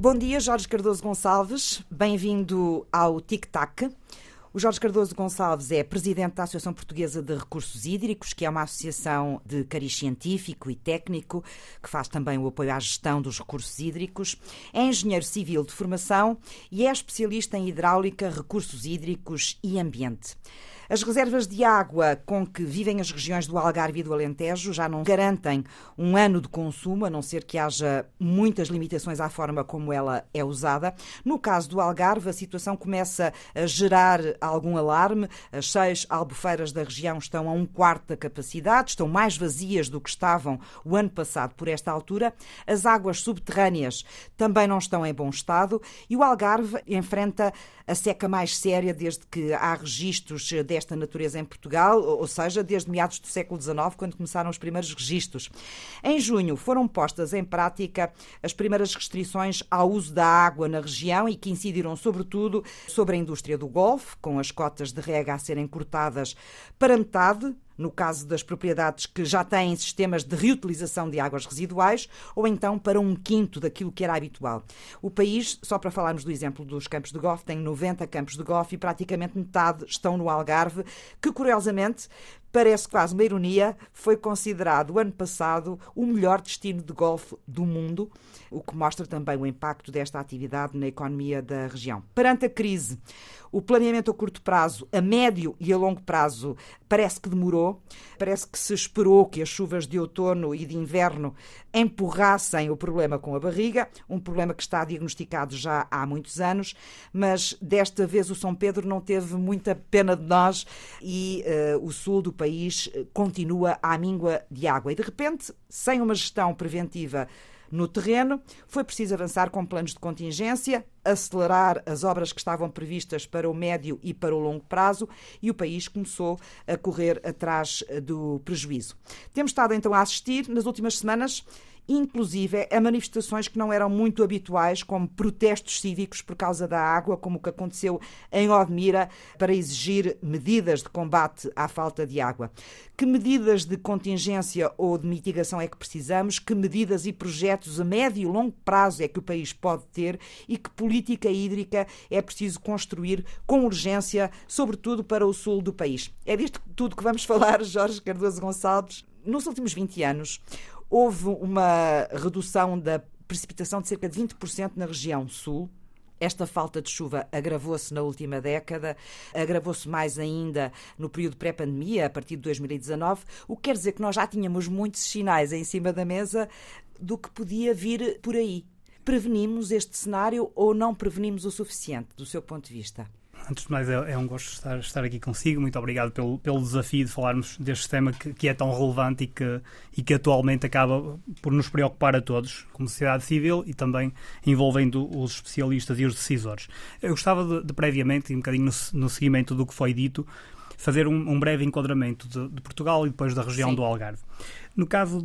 Bom dia, Jorge Cardoso Gonçalves. Bem-vindo ao Tic Tac. O Jorge Cardoso Gonçalves é presidente da Associação Portuguesa de Recursos Hídricos, que é uma associação de cariz científico e técnico, que faz também o apoio à gestão dos recursos hídricos. É engenheiro civil de formação e é especialista em hidráulica, recursos hídricos e ambiente. As reservas de água com que vivem as regiões do Algarve e do Alentejo já não garantem um ano de consumo, a não ser que haja muitas limitações à forma como ela é usada. No caso do Algarve, a situação começa a gerar algum alarme. As 6 albufeiras da região estão a 1/4 da capacidade, estão mais vazias do que estavam o ano passado por esta altura. As águas subterrâneas também não estão em bom estado e o Algarve enfrenta a seca mais séria desde que há registros desta natureza em Portugal, ou seja, desde meados do século XIX, quando começaram os primeiros registros. Em junho foram postas em prática as primeiras restrições ao uso da água na região e que incidiram sobretudo sobre a indústria do golfe, com as cotas de rega a serem cortadas para metade, no caso das propriedades que já têm sistemas de reutilização de águas residuais, ou então para 1/5 daquilo que era habitual. O país, só para falarmos do exemplo dos campos de golfe, tem 90 campos de golfe e praticamente metade estão no Algarve, que curiosamente, parece quase uma ironia, foi considerado o ano passado o melhor destino de golfe do mundo, o que mostra também o impacto desta atividade na economia da região. Perante a crise, o planeamento a curto prazo, a médio e a longo prazo, parece que demorou. Parece que se esperou que as chuvas de outono e de inverno empurrassem o problema com a barriga, um problema que está diagnosticado já há muitos anos, mas desta vez o São Pedro não teve muita pena de nós e o sul do país continua à míngua de água. E de repente, sem uma gestão preventiva no terreno, foi preciso avançar com planos de contingência, acelerar as obras que estavam previstas para o médio e para o longo prazo e o país começou a correr atrás do prejuízo. Temos estado então a assistir nas últimas semanas inclusive a manifestações que não eram muito habituais, como protestos cívicos por causa da água, como o que aconteceu em Odmira, para exigir medidas de combate à falta de água. Que medidas de contingência ou de mitigação é que precisamos? Que medidas e projetos a médio e longo prazo é que o país pode ter? E que política hídrica é preciso construir com urgência, sobretudo para o sul do país? É disto tudo que vamos falar, Jorge Cardoso Gonçalves. Nos últimos 20 anos, houve uma redução da precipitação de cerca de 20% na região sul. Esta falta de chuva agravou-se na última década, agravou-se mais ainda no período pré-pandemia, a partir de 2019, o que quer dizer que nós já tínhamos muitos sinais em cima da mesa do que podia vir por aí. Prevenimos este cenário ou não prevenimos o suficiente, do seu ponto de vista? Antes de mais, é um gosto estar aqui consigo. Muito obrigado pelo desafio de falarmos deste tema que é tão relevante e que atualmente acaba por nos preocupar a todos, como sociedade civil, e também envolvendo os especialistas e os decisores. Eu gostava de previamente, e um bocadinho no seguimento do que foi dito, fazer um breve enquadramento de Portugal e depois da região do Algarve. No caso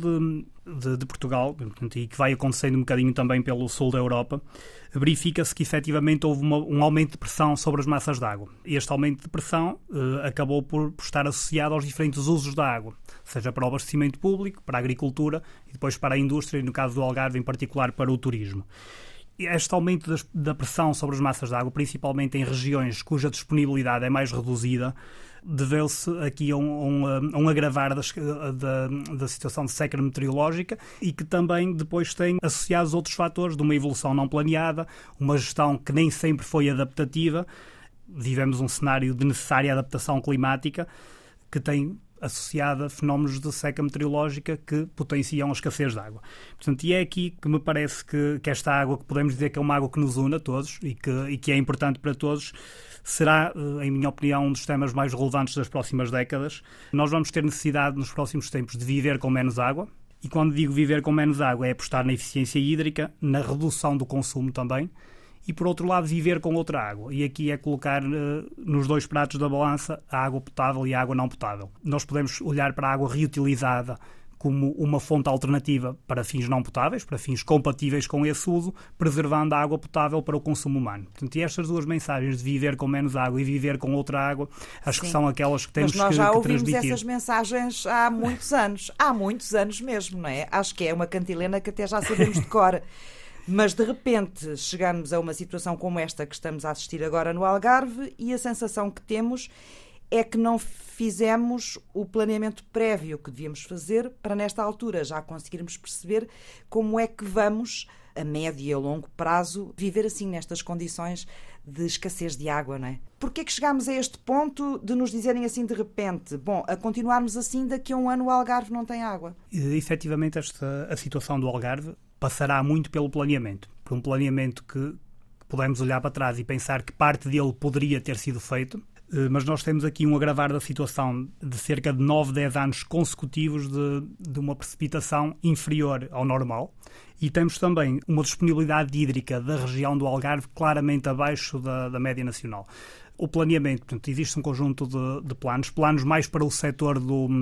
de Portugal, e que vai acontecendo um bocadinho também pelo sul da Europa, verifica-se que efetivamente houve um aumento de pressão sobre as massas de água. E este aumento de pressão acabou por estar associado aos diferentes usos da água, seja para o abastecimento público, para a agricultura e depois para a indústria, e no caso do Algarve em particular para o turismo. Este aumento da pressão sobre as massas de água, principalmente em regiões cuja disponibilidade é mais reduzida, deveu-se aqui a um agravar da situação de seca meteorológica e que também depois tem associados outros fatores de uma evolução não planeada, uma gestão que nem sempre foi adaptativa. Vivemos um cenário de necessária adaptação climática que tem associada a fenómenos de seca meteorológica que potenciam a escassez de água. Portanto, e é aqui que me parece que esta água, que podemos dizer que é uma água que nos une a todos e que é importante para todos, será, em minha opinião, um dos temas mais relevantes das próximas décadas. Nós vamos ter necessidade nos próximos tempos de viver com menos água, e quando digo viver com menos água é apostar na eficiência hídrica, na redução do consumo também, e, por outro lado, viver com outra água. E aqui é colocar nos dois pratos da balança a água potável e a água não potável. Nós podemos olhar para a água reutilizada como uma fonte alternativa para fins não potáveis, para fins compatíveis com esse uso, preservando a água potável para o consumo humano. Portanto, e estas duas mensagens de viver com menos água e viver com outra água, acho que são aquelas que temos que transmitir. Mas nós já ouvimos essas mensagens há muitos anos mesmo, não é? Acho que é uma cantilena que até já sabemos de cor. Mas, de repente, chegamos a uma situação como esta que estamos a assistir agora no Algarve e a sensação que temos é que não fizemos o planeamento prévio que devíamos fazer para, nesta altura, já conseguirmos perceber como é que vamos, a médio e a longo prazo, viver assim nestas condições de escassez de água, não é? Porquê é que chegámos a este ponto de nos dizerem assim de repente, bom, a continuarmos assim, daqui a um ano o Algarve não tem água? Efetivamente, a situação do Algarve passará muito pelo planeamento. Por um planeamento que podemos olhar para trás e pensar que parte dele poderia ter sido feito, mas nós temos aqui um agravar da situação de cerca de 9, 10 anos consecutivos de uma precipitação inferior ao normal e temos também uma disponibilidade hídrica da região do Algarve claramente abaixo da média nacional. O planeamento, portanto, existe um conjunto de planos mais para o setor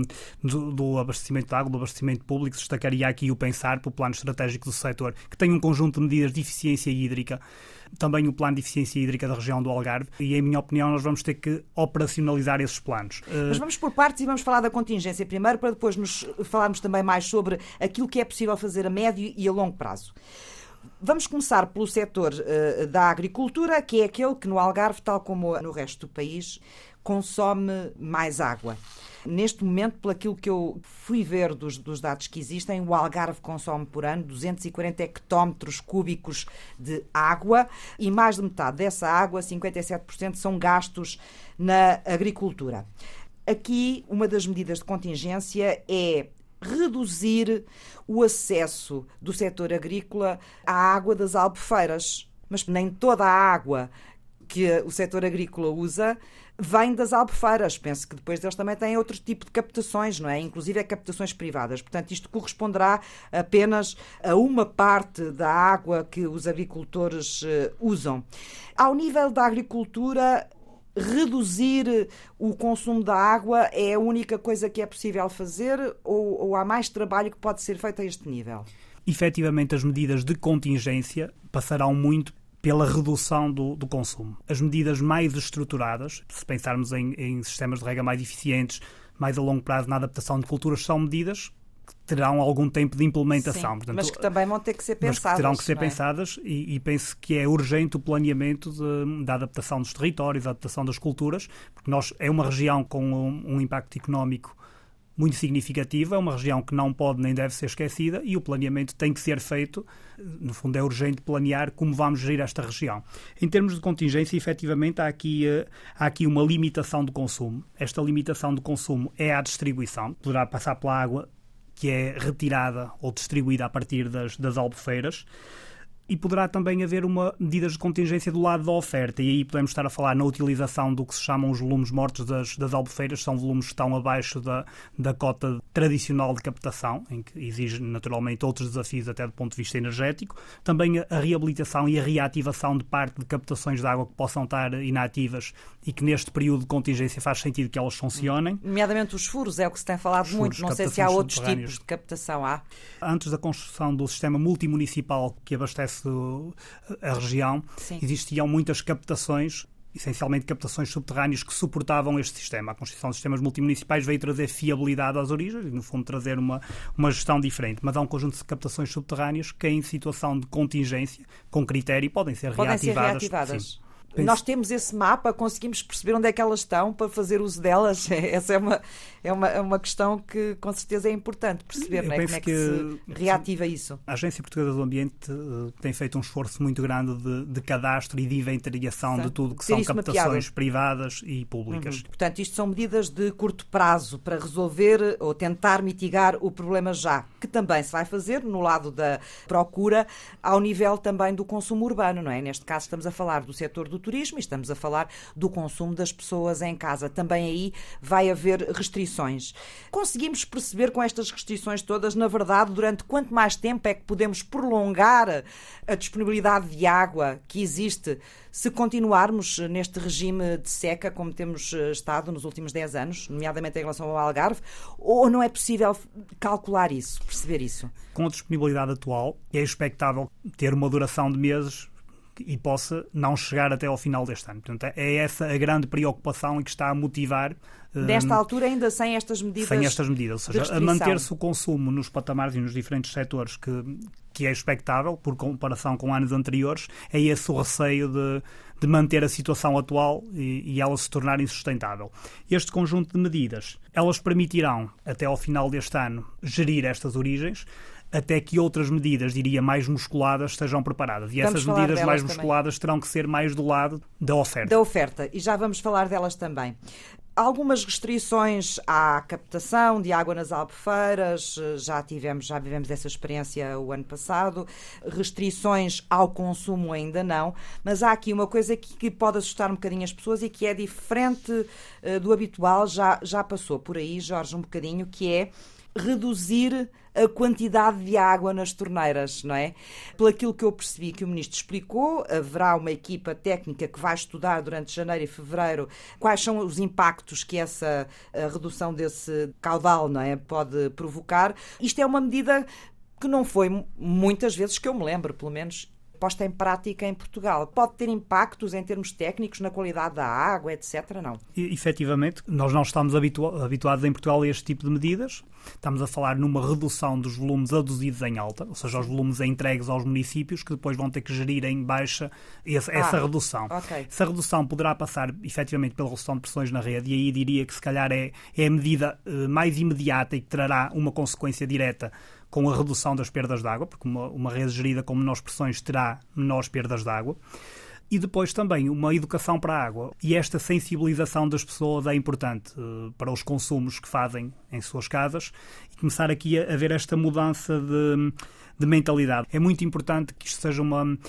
do abastecimento de água, do abastecimento público. Destacaria aqui o PENSAR, o plano estratégico do setor, que tem um conjunto de medidas de eficiência hídrica, também o plano de eficiência hídrica da região do Algarve, e, em minha opinião, nós vamos ter que operacionalizar esses planos. Mas vamos por partes e vamos falar da contingência primeiro, para depois nos falarmos também mais sobre aquilo que é possível fazer a médio e a longo prazo. Vamos começar pelo setor da agricultura, que é aquele que no Algarve, tal como no resto do país, consome mais água. Neste momento, pelo aquilo que eu fui ver dos dados que existem, o Algarve consome por ano 240 hectómetros cúbicos de água e mais de metade dessa água, 57%, são gastos na agricultura. Aqui, uma das medidas de contingência é reduzir o acesso do setor agrícola à água das albufeiras. Mas nem toda a água que o setor agrícola usa vem das albufeiras. Penso que depois eles também têm outro tipo de captações, não é? Inclusive captações privadas. Portanto, isto corresponderá apenas a uma parte da água que os agricultores usam. Ao nível da agricultura, reduzir o consumo da água é a única coisa que é possível fazer ou há mais trabalho que pode ser feito a este nível? Efetivamente, as medidas de contingência passarão muito pela redução do consumo. As medidas mais estruturadas, se pensarmos em sistemas de rega mais eficientes, mais a longo prazo na adaptação de culturas, são medidas que terão algum tempo de implementação. Sim, portanto, mas que também vão ter que ser pensadas. Mas que terão que ser pensadas e penso que é urgente o planeamento da adaptação dos territórios, da adaptação das culturas, porque é uma região com um impacto económico muito significativo, é uma região que não pode nem deve ser esquecida e o planeamento tem que ser feito. No fundo, é urgente planear como vamos gerir esta região. Em termos de contingência, efetivamente, há aqui uma limitação do consumo. Esta limitação do consumo é à distribuição. Poderá passar pela água que é retirada ou distribuída a partir das albufeiras. E poderá também haver medidas de contingência do lado da oferta. E aí podemos estar a falar na utilização do que se chamam os volumes mortos das albufeiras. São volumes que estão abaixo da cota tradicional de captação, em que exige naturalmente outros desafios até do ponto de vista energético. Também a reabilitação e a reativação de parte de captações de água que possam estar inativas e que neste período de contingência faz sentido que elas funcionem. Nomeadamente os furos, é o que se tem falado muito. Não sei se há outros tipos de captação. Antes da construção do sistema multimunicipal que abastece a região, sim, existiam muitas captações, essencialmente captações subterrâneas que suportavam este sistema. A construção de sistemas multimunicipais veio trazer fiabilidade às origens e, no fundo, trazer uma gestão diferente. Mas há um conjunto de captações subterrâneas que, em situação de contingência, com critério, podem ser reativadas. Sim. Nós temos esse mapa, conseguimos perceber onde é que elas estão para fazer uso delas. Essa é uma questão que com certeza é importante perceber, não é? Como é que se reativa isso. A Agência Portuguesa do Ambiente tem feito um esforço muito grande de cadastro e de inventariação de tudo que são captações privadas e públicas. Portanto, isto são medidas de curto prazo para resolver ou tentar mitigar o problema já, que também se vai fazer no lado da procura, ao nível também do consumo urbano, não é? Neste caso estamos a falar do setor do turismo e estamos a falar do consumo das pessoas em casa. Também aí vai haver restrições. Conseguimos perceber com estas restrições todas, na verdade, durante quanto mais tempo é que podemos prolongar a disponibilidade de água que existe se continuarmos neste regime de seca como temos estado nos últimos 10 anos, nomeadamente em relação ao Algarve, ou não é possível calcular isso, perceber isso? Com a disponibilidade atual, é expectável ter uma duração de meses e possa não chegar até ao final deste ano. Portanto, é essa a grande preocupação e que está a motivar... Nesta altura ainda sem estas medidas? Sem estas medidas. Ou seja, a manter-se o consumo nos patamares e nos diferentes setores que que é expectável, por comparação com anos anteriores, é esse o receio de manter a situação atual e ela se tornar insustentável. Este conjunto de medidas, elas permitirão, até ao final deste ano, gerir estas origens, até que outras medidas, diria, mais musculadas estejam preparadas. E essas medidas mais musculadas terão que ser mais do lado da oferta. Da oferta, e já vamos falar delas também. Algumas restrições à captação de água nas albufeiras, já vivemos essa experiência o ano passado, restrições ao consumo ainda não, mas há aqui uma coisa que pode assustar um bocadinho as pessoas e que é diferente do habitual, já passou por aí, Jorge, um bocadinho, que é reduzir a quantidade de água nas torneiras, não é? Pelo aquilo que eu percebi que o Ministro explicou, haverá uma equipa técnica que vai estudar durante janeiro e fevereiro quais são os impactos que essa redução desse caudal, não é, pode provocar. Isto é uma medida que não foi muitas vezes que eu me lembro, pelo menos, posta em prática em Portugal. Pode ter impactos em termos técnicos na qualidade da água, etc., não? Efetivamente, nós não estamos habituados em Portugal a este tipo de medidas. Estamos a falar numa redução dos volumes aduzidos em alta, ou seja, os volumes entregues aos municípios que depois vão ter que gerir em baixa essa redução. Okay. Essa redução poderá passar efetivamente pela redução de pressões na rede, e aí diria que se calhar é a medida mais imediata e que trará uma consequência direta com a redução das perdas de água, porque uma rede gerida com menores pressões terá menores perdas de água. E depois também uma educação para a água. E esta sensibilização das pessoas é importante para os consumos que fazem em suas casas e começar aqui a ver esta mudança de mentalidade. É muito importante que isto seja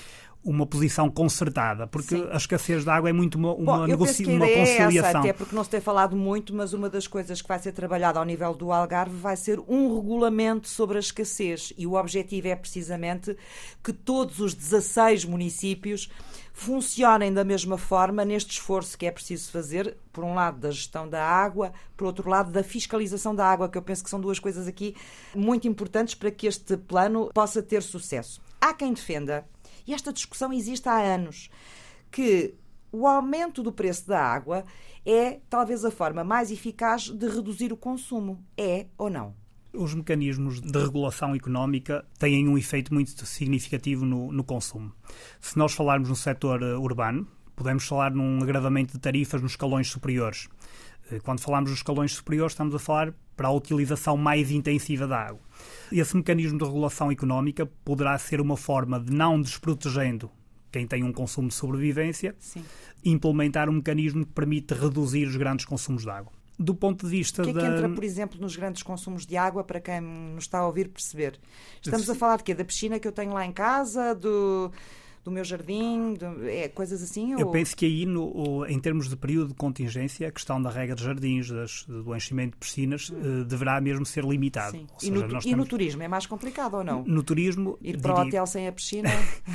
uma posição concertada, porque Sim. a escassez de água é muito uma eu penso que a ideia conciliação. É essa, até porque não se tem falado muito, mas uma das coisas que vai ser trabalhada ao nível do Algarve vai ser um regulamento sobre a escassez, e o objetivo é precisamente que todos os 16 municípios funcionem da mesma forma neste esforço que é preciso fazer, por um lado da gestão da água, por outro lado da fiscalização da água, que eu penso que são duas coisas aqui muito importantes para que este plano possa ter sucesso. Há quem defenda, e esta discussão existe há anos, que o aumento do preço da água é talvez a forma mais eficaz de reduzir o consumo. É ou não? Os mecanismos de regulação económica têm um efeito muito significativo no consumo. Se nós falarmos no setor urbano, podemos falar num agravamento de tarifas nos escalões superiores. Quando falamos dos escalões superiores, estamos a falar para a utilização mais intensiva da água. Esse mecanismo de regulação económica poderá ser uma forma de, não desprotegendo quem tem um consumo de sobrevivência, Sim. implementar um mecanismo que permite reduzir os grandes consumos de água. Do ponto de vista O que é que entra, por exemplo, nos grandes consumos de água, para quem nos está a ouvir perceber? Estamos a falar de quê? Da piscina que eu tenho lá em casa, do meu jardim, coisas assim? Eu penso que aí, em termos de período de contingência, a questão da rega de jardins, do enchimento de piscinas, deverá mesmo ser limitado. Sim. E no turismo é mais complicado ou não? No turismo... Ir para o hotel sem a piscina?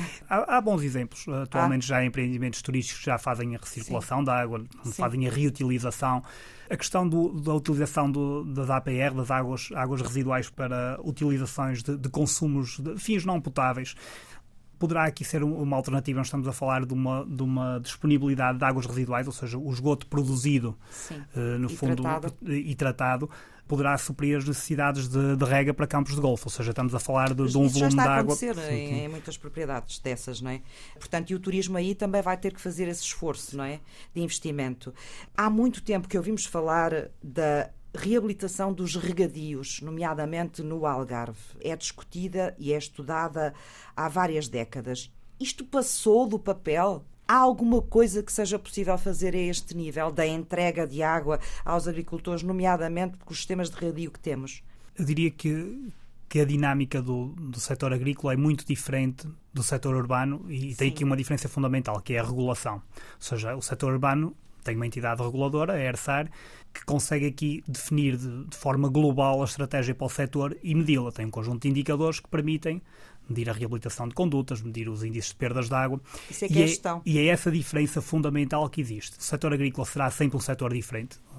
Há bons exemplos. Atualmente já há empreendimentos turísticos que já fazem a recirculação da água, fazem a reutilização. A questão da utilização das APR, das águas residuais, para utilizações de consumos de fins não potáveis, poderá aqui ser uma alternativa. Nós estamos a falar de uma disponibilidade de águas residuais, ou seja, o esgoto produzido, no fundo, e tratado, poderá suprir as necessidades de rega para campos de golfe. Ou seja, estamos a falar de um volume de água... Isso já está a acontecer em muitas propriedades dessas, não é? Portanto, e o turismo aí também vai ter que fazer esse esforço, não é? De investimento. Há muito tempo que ouvimos falar da reabilitação dos regadios, nomeadamente no Algarve. É discutida e é estudada há várias décadas. Isto passou do papel? Há alguma coisa que seja possível fazer a este nível da entrega de água aos agricultores, nomeadamente com os sistemas de regadio que temos? Eu diria que a dinâmica do setor agrícola é muito diferente do setor urbano e tem aqui uma diferença fundamental, que é a regulação. Ou seja, o setor urbano tem uma entidade reguladora, a ERSAR, que consegue aqui definir de forma global a estratégia para o setor e medi-la. Tem um conjunto de indicadores que permitem medir a reabilitação de condutas, medir os índices de perdas de água. Isso é que é gestão. E é essa diferença fundamental que existe. O setor agrícola será sempre um setor diferente.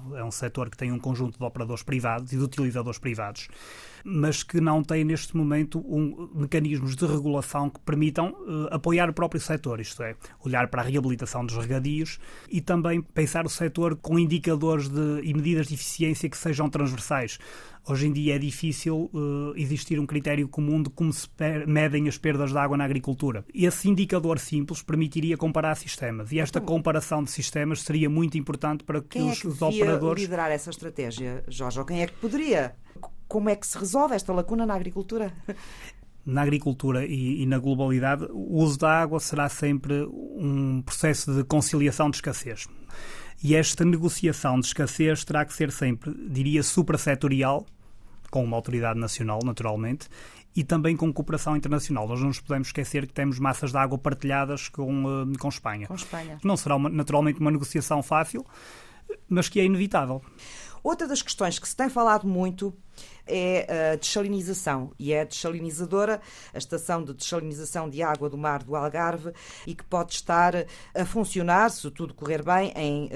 É um setor que tem um conjunto de operadores privados e de utilizadores privados, mas que não tem neste momento mecanismos de regulação que permitam apoiar o próprio setor, isto é, olhar para a reabilitação dos regadios e também pensar o setor com indicadores e medidas de eficiência que sejam transversais. Hoje em dia é difícil existir um critério comum de como se medem as perdas de água na agricultura. Esse indicador simples permitiria comparar sistemas e esta comparação de sistemas seria muito importante para que os operadores... Quem é que devia liderar essa estratégia, Jorge? Ou quem é que poderia? Como é que se resolve esta lacuna na agricultura? Na agricultura e na globalidade, o uso da água será sempre um processo de conciliação de escassez. E esta negociação de escassez terá que ser sempre, diria, suprassetorial, com uma autoridade nacional, naturalmente, e também com cooperação internacional. Nós não nos podemos esquecer que temos massas de água partilhadas com Espanha. Com Espanha. Não será naturalmente uma negociação fácil, mas que é inevitável. Outra das questões que se tem falado muito é a dessalinização, e é a dessalinizadora, a estação de dessalinização de água do mar do Algarve, e que pode estar a funcionar, se tudo correr bem, em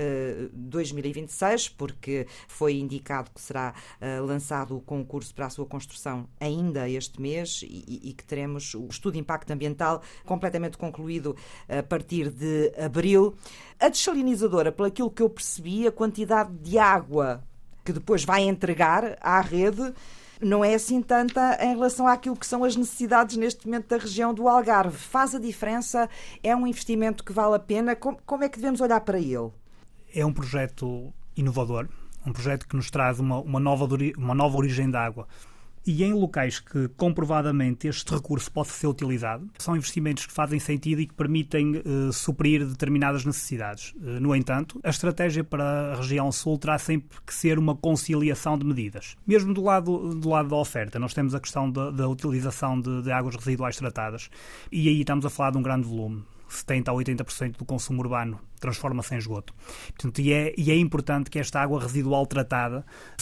2026, porque foi indicado que será lançado o concurso para a sua construção ainda este mês e que teremos o estudo de impacto ambiental completamente concluído a partir de abril. A dessalinizadora, pelo aquilo que eu percebi, a quantidade de água que depois vai entregar à rede não é assim tanta em relação àquilo que são as necessidades neste momento da região do Algarve. Faz a diferença? É um investimento que vale a pena? Como é que devemos olhar para ele? É um projeto inovador, um projeto que nos traz uma nova origem da água. E em locais que comprovadamente este recurso possa ser utilizado, são investimentos que fazem sentido e que permitem suprir determinadas necessidades. No entanto, a estratégia para a região sul terá sempre que ser uma conciliação de medidas. Mesmo do lado da oferta, nós temos a questão da utilização de águas residuais tratadas, e aí estamos a falar de um grande volume. 70% a 80% do consumo urbano transforma-se em esgoto. Portanto, e é importante que esta água residual tratada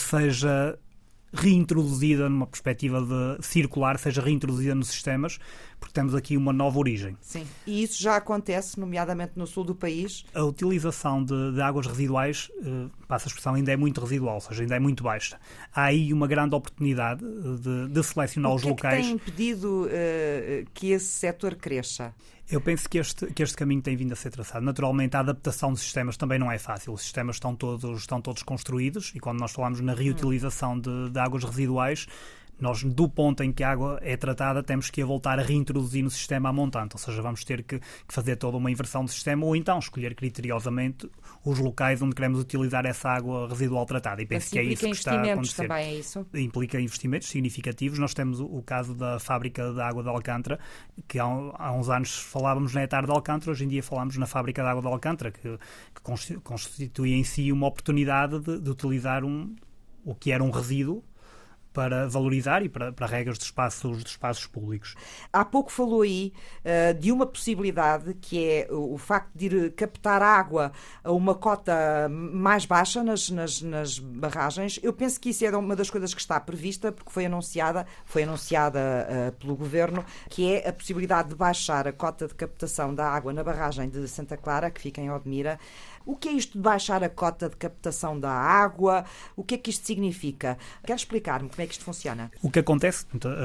seja reintroduzida numa perspectiva de circular, seja reintroduzida nos sistemas, porque temos aqui uma nova origem. Sim, e isso já acontece, nomeadamente no sul do país? A utilização de águas residuais, passa a expressão, ainda é muito residual, ou seja, ainda é muito baixa. Há aí uma grande oportunidade de selecionar os locais. O que tem impedido que esse setor cresça? Eu penso que este caminho tem vindo a ser traçado. Naturalmente, a adaptação dos sistemas também não é fácil. Os sistemas estão todos construídos e quando nós falamos na reutilização de águas residuais, nós, do ponto em que a água é tratada, temos que a voltar a reintroduzir no sistema a montante. Ou seja, vamos ter que fazer toda uma inversão do sistema ou então escolher criteriosamente os locais onde queremos utilizar essa água residual tratada. E penso que é isso que está a acontecer. Também é isso? Implica investimentos significativos. Nós temos o caso da fábrica de água de Alcântara, que há uns anos falávamos na etar de Alcântara, hoje em dia falamos na fábrica de água de Alcântara, que constitui em si uma oportunidade de utilizar o que era um resíduo para valorizar e para regras de espaços públicos. Há pouco falou aí de uma possibilidade que é o facto de ir captar água a uma cota mais baixa nas barragens. Eu penso que isso é uma das coisas que está prevista, porque foi anunciada pelo Governo, que é a possibilidade de baixar a cota de captação da água na barragem de Santa Clara, que fica em Odmira. O que é isto de baixar a cota de captação da água? O que é que isto significa? Quer explicar-me como é que isto funciona? O que acontece,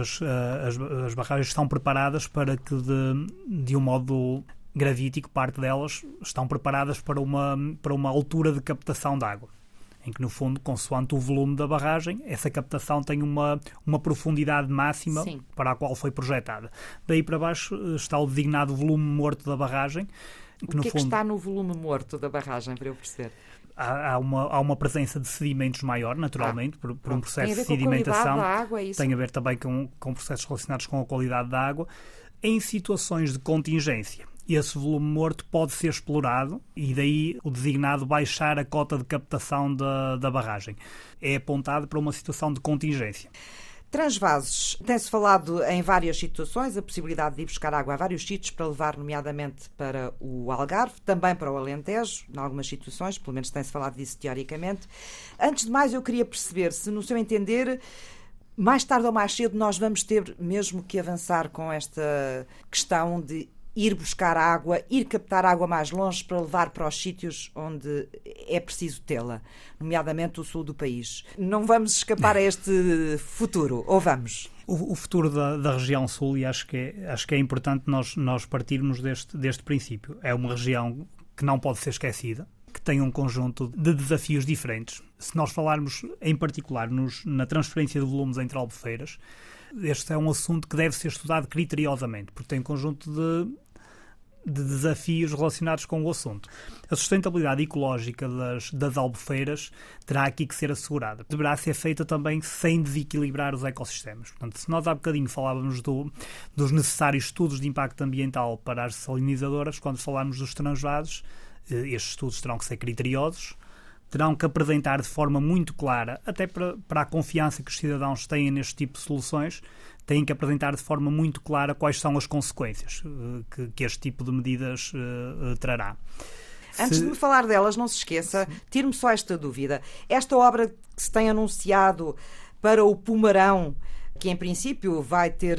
as barragens estão preparadas para que, de um modo gravítico, parte delas estão preparadas para uma altura de captação de água, em que, no fundo, consoante o volume da barragem, essa captação tem uma profundidade máxima. Sim. Para a qual foi projetada. Daí para baixo está o designado volume morto da barragem. O que é que está no volume morto da barragem, para eu perceber? Há uma presença de sedimentos maior, naturalmente, por um processo de sedimentação. Tem a ver com a qualidade da água, é isso? Tem a ver também com processos relacionados com a qualidade da água. Em situações de contingência, esse volume morto pode ser explorado e daí o designado baixar a cota de captação da barragem. É apontado para uma situação de contingência. Transvases. Tem-se falado em várias situações, a possibilidade de ir buscar água a vários sítios para levar, nomeadamente, para o Algarve, também para o Alentejo, em algumas situações, pelo menos tem-se falado disso teoricamente. Antes de mais, eu queria perceber se, no seu entender, mais tarde ou mais cedo, nós vamos ter mesmo que avançar com esta questão de ir buscar água, ir captar água mais longe para levar para os sítios onde é preciso tê-la, nomeadamente o sul do país. Não vamos escapar a este futuro, ou vamos? O futuro da região sul, e acho que é importante nós partirmos deste princípio. É uma região que não pode ser esquecida, que tem um conjunto de desafios diferentes. Se nós falarmos em particular na transferência de volumes entre albufeiras, este é um assunto que deve ser estudado criteriosamente, porque tem um conjunto de desafios relacionados com o assunto. A sustentabilidade ecológica das albufeiras terá aqui que ser assegurada. Deverá ser feita também sem desequilibrar os ecossistemas. Portanto, se nós há bocadinho falávamos dos necessários estudos de impacto ambiental para as salinizadoras, quando falamos dos transvasos, estes estudos terão que ser criteriosos, terão que apresentar de forma muito clara, até para a confiança que os cidadãos têm neste tipo de soluções, têm que apresentar de forma muito clara quais são as consequências que este tipo de medidas trará. Antes de me falar delas, não se esqueça, tire-me só esta dúvida. Esta obra que se tem anunciado para o Pumarão, que em princípio vai ter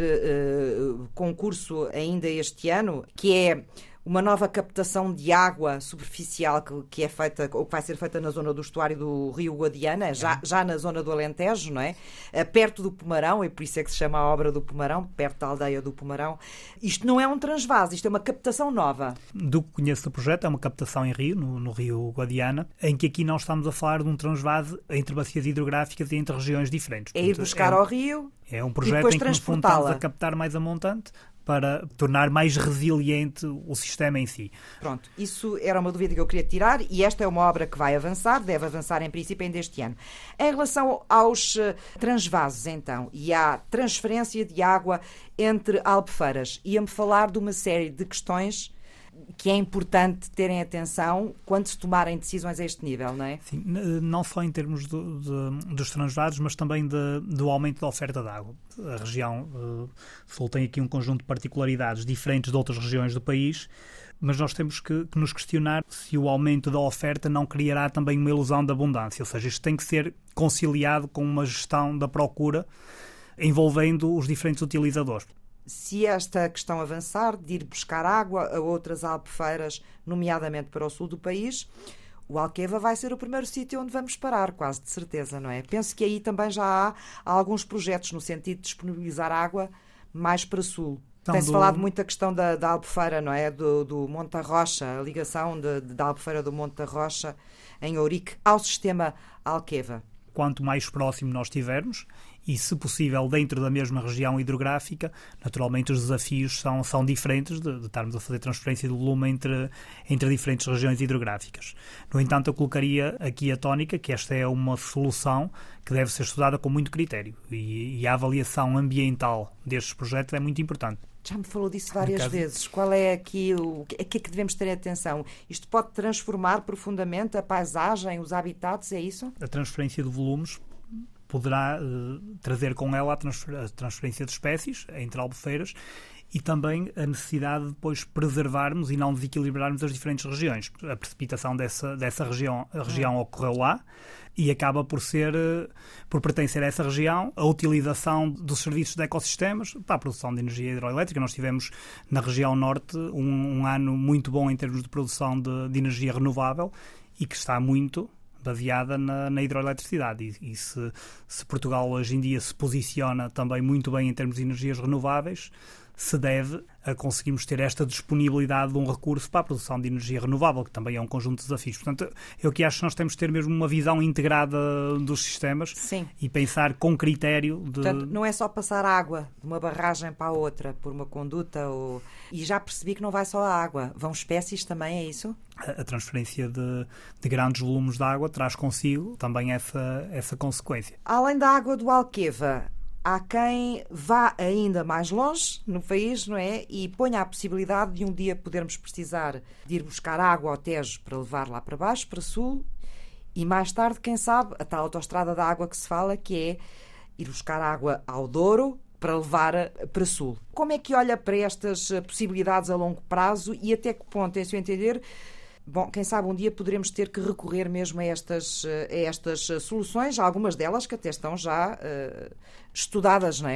concurso ainda este ano, que é uma nova captação de água superficial que é feita, ou que vai ser feita na zona do estuário do Rio Guadiana, já na zona do Alentejo, não é? Perto do Pumarão, e por isso é que se chama a obra do Pumarão, perto da aldeia do Pumarão. Isto não é um transvase, isto é uma captação nova. Do que conheço do projeto, é uma captação em rio, no Rio Guadiana, em que aqui nós estamos a falar de um transvase entre bacias hidrográficas e entre regiões diferentes. É ir buscar ao rio. É um projeto em que, no fundo, estamos a captar mais a montante para tornar mais resiliente o sistema em si. Pronto, isso era uma dúvida que eu queria tirar, e esta é uma obra que vai avançar, deve avançar em princípio ainda este ano. Em relação aos transvasos, então, e à transferência de água entre albufeiras, ia-me falar de uma série de questões que é importante terem atenção quando se tomarem decisões a este nível, não é? Sim, não só em termos dos transvasos, mas também do aumento da oferta de água. A região sul tem aqui um conjunto de particularidades diferentes de outras regiões do país, mas nós temos que nos questionar se o aumento da oferta não criará também uma ilusão de abundância, ou seja, isto tem que ser conciliado com uma gestão da procura envolvendo os diferentes utilizadores. Se esta questão avançar, de ir buscar água a outras albufeiras, nomeadamente para o sul do país, o Alqueva vai ser o primeiro sítio onde vamos parar, quase de certeza, não é? Penso que aí também já há alguns projetos no sentido de disponibilizar água mais para sul. Tem-se falado muito da questão da albufeira, não é? Do Monte da Rocha, a ligação da albufeira do Monte da Rocha em Ourique ao sistema Alqueva. Quanto mais próximo nós estivermos, e se possível dentro da mesma região hidrográfica, naturalmente os desafios são diferentes de estarmos a fazer transferência de volume entre diferentes regiões hidrográficas. No entanto, eu colocaria aqui a tónica que esta é uma solução que deve ser estudada com muito critério, e a avaliação ambiental destes projetos é muito importante. Já me falou disso várias vezes. Qual é aqui o que é que devemos ter atenção? Isto pode transformar profundamente a paisagem, os habitats, é isso? A transferência de volumes poderá trazer com ela a transferência de espécies entre albufeiras e também a necessidade de depois preservarmos e não desequilibrarmos as diferentes regiões. A precipitação dessa região ocorreu lá e acaba por pertencer a essa região a utilização dos serviços de ecossistemas para a produção de energia hidroelétrica. Nós tivemos na região norte um ano muito bom em termos de produção de energia renovável e que está muito baseada na hidroeletricidade. E se Portugal hoje em dia se posiciona também muito bem em termos de energias renováveis, se deve a conseguirmos ter esta disponibilidade de um recurso para a produção de energia renovável, que também é um conjunto de desafios. Portanto, eu que acho que nós temos de ter mesmo uma visão integrada dos sistemas. Sim. E pensar com critério de... Portanto, não é só passar água de uma barragem para a outra por uma conduta e já percebi que não vai só a água, vão espécies também, é isso? A transferência de grandes volumes de água traz consigo também essa consequência. Além da água do Alqueva, há quem vá ainda mais longe no país, não é? E ponha a possibilidade de um dia podermos precisar de ir buscar água ao Tejo para levar lá para baixo, para sul, e mais tarde, quem sabe, a tal autoestrada da água que se fala, que é ir buscar água ao Douro para levar para sul. Como é que olha para estas possibilidades a longo prazo e até que ponto, em seu entender, bom, quem sabe um dia poderemos ter que recorrer mesmo a estas soluções, algumas delas que até estão já estudadas, não é?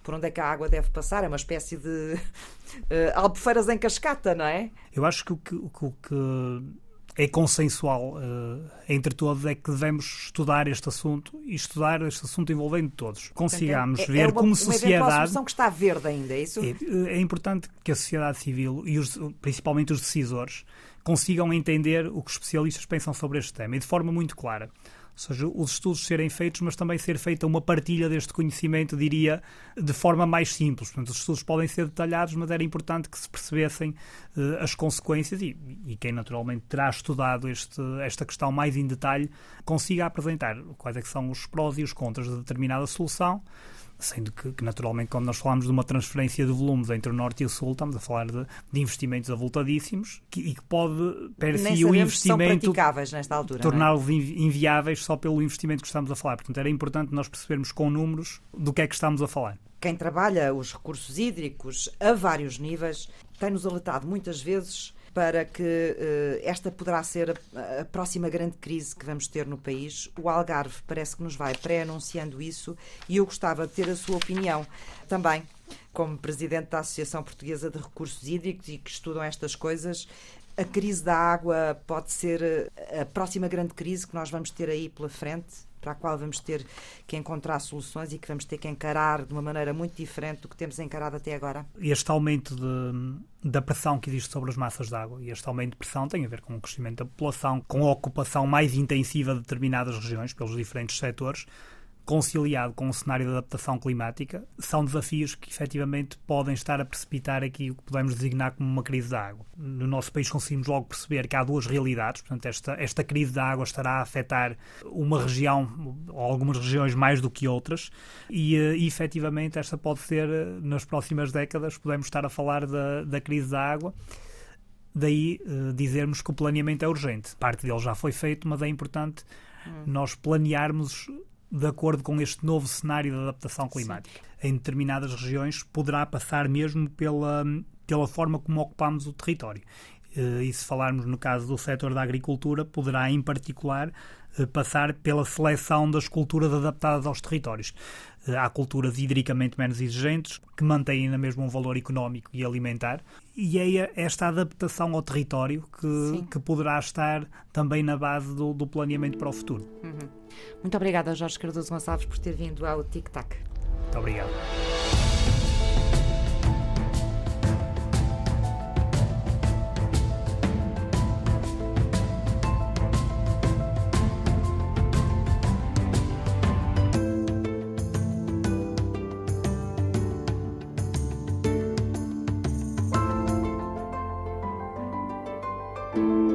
por onde é que a água deve passar. É uma espécie de albufeiras em cascata, não é? Eu acho que o que é consensual entre todos é que devemos estudar este assunto e estudar este assunto envolvendo todos. Consigamos ver como sociedade... É uma solução que está verde ainda, é isso? É importante que a sociedade civil e principalmente os decisores consigam entender o que os especialistas pensam sobre este tema e de forma muito clara. Ou seja, os estudos serem feitos, mas também ser feita uma partilha deste conhecimento, diria, de forma mais simples. Portanto, os estudos podem ser detalhados, mas era importante que se percebessem as consequências e quem naturalmente terá estudado esta questão mais em detalhe consiga apresentar quais é que são os prós e os contras de determinada solução, sendo que naturalmente, quando nós falamos de uma transferência de volumes entre o Norte e o Sul, estamos a falar de investimentos avultadíssimos e que pode, per si, o investimento nesta altura, torná-los inviáveis só pelo investimento que estamos a falar. Portanto, era importante nós percebermos com números do que é que estamos a falar. Quem trabalha os recursos hídricos a vários níveis tem-nos alertado muitas vezes para que esta poderá ser a próxima grande crise que vamos ter no país. O Algarve parece que nos vai pré-anunciando isso e eu gostava de ter a sua opinião também, como presidente da Associação Portuguesa de Recursos Hídricos e que estudam estas coisas. A crise da água pode ser a próxima grande crise que nós vamos ter aí pela frente, para a qual vamos ter que encontrar soluções e que vamos ter que encarar de uma maneira muito diferente do que temos encarado até agora. Este aumento da pressão que existe sobre as massas de água, e este aumento de pressão tem a ver com o crescimento da população, com a ocupação mais intensiva de determinadas regiões pelos diferentes setores, conciliado com o cenário de adaptação climática, são desafios que efetivamente podem estar a precipitar aqui o que podemos designar como uma crise da água. No nosso país conseguimos logo perceber que há duas realidades, portanto esta crise da água estará a afetar uma região ou algumas regiões mais do que outras e efetivamente esta pode ser, nas próximas décadas, podemos estar a falar da crise da água. Daí dizermos que o planeamento é urgente. Parte dele já foi feito, mas é importante nós planearmos de acordo com este novo cenário de adaptação climática. Sim. Em determinadas regiões poderá passar mesmo pela forma como ocupamos o território. E se falarmos no caso do setor da agricultura, poderá em particular passar pela seleção das culturas adaptadas aos territórios. Há culturas hidricamente menos exigentes, que mantêm na mesma um valor económico e alimentar, e é esta adaptação ao território que poderá estar também na base do planeamento para o futuro. Muito obrigada, Jorge Cardoso Gonçalves, por ter vindo ao Tic Tac. Muito obrigado. Thank you.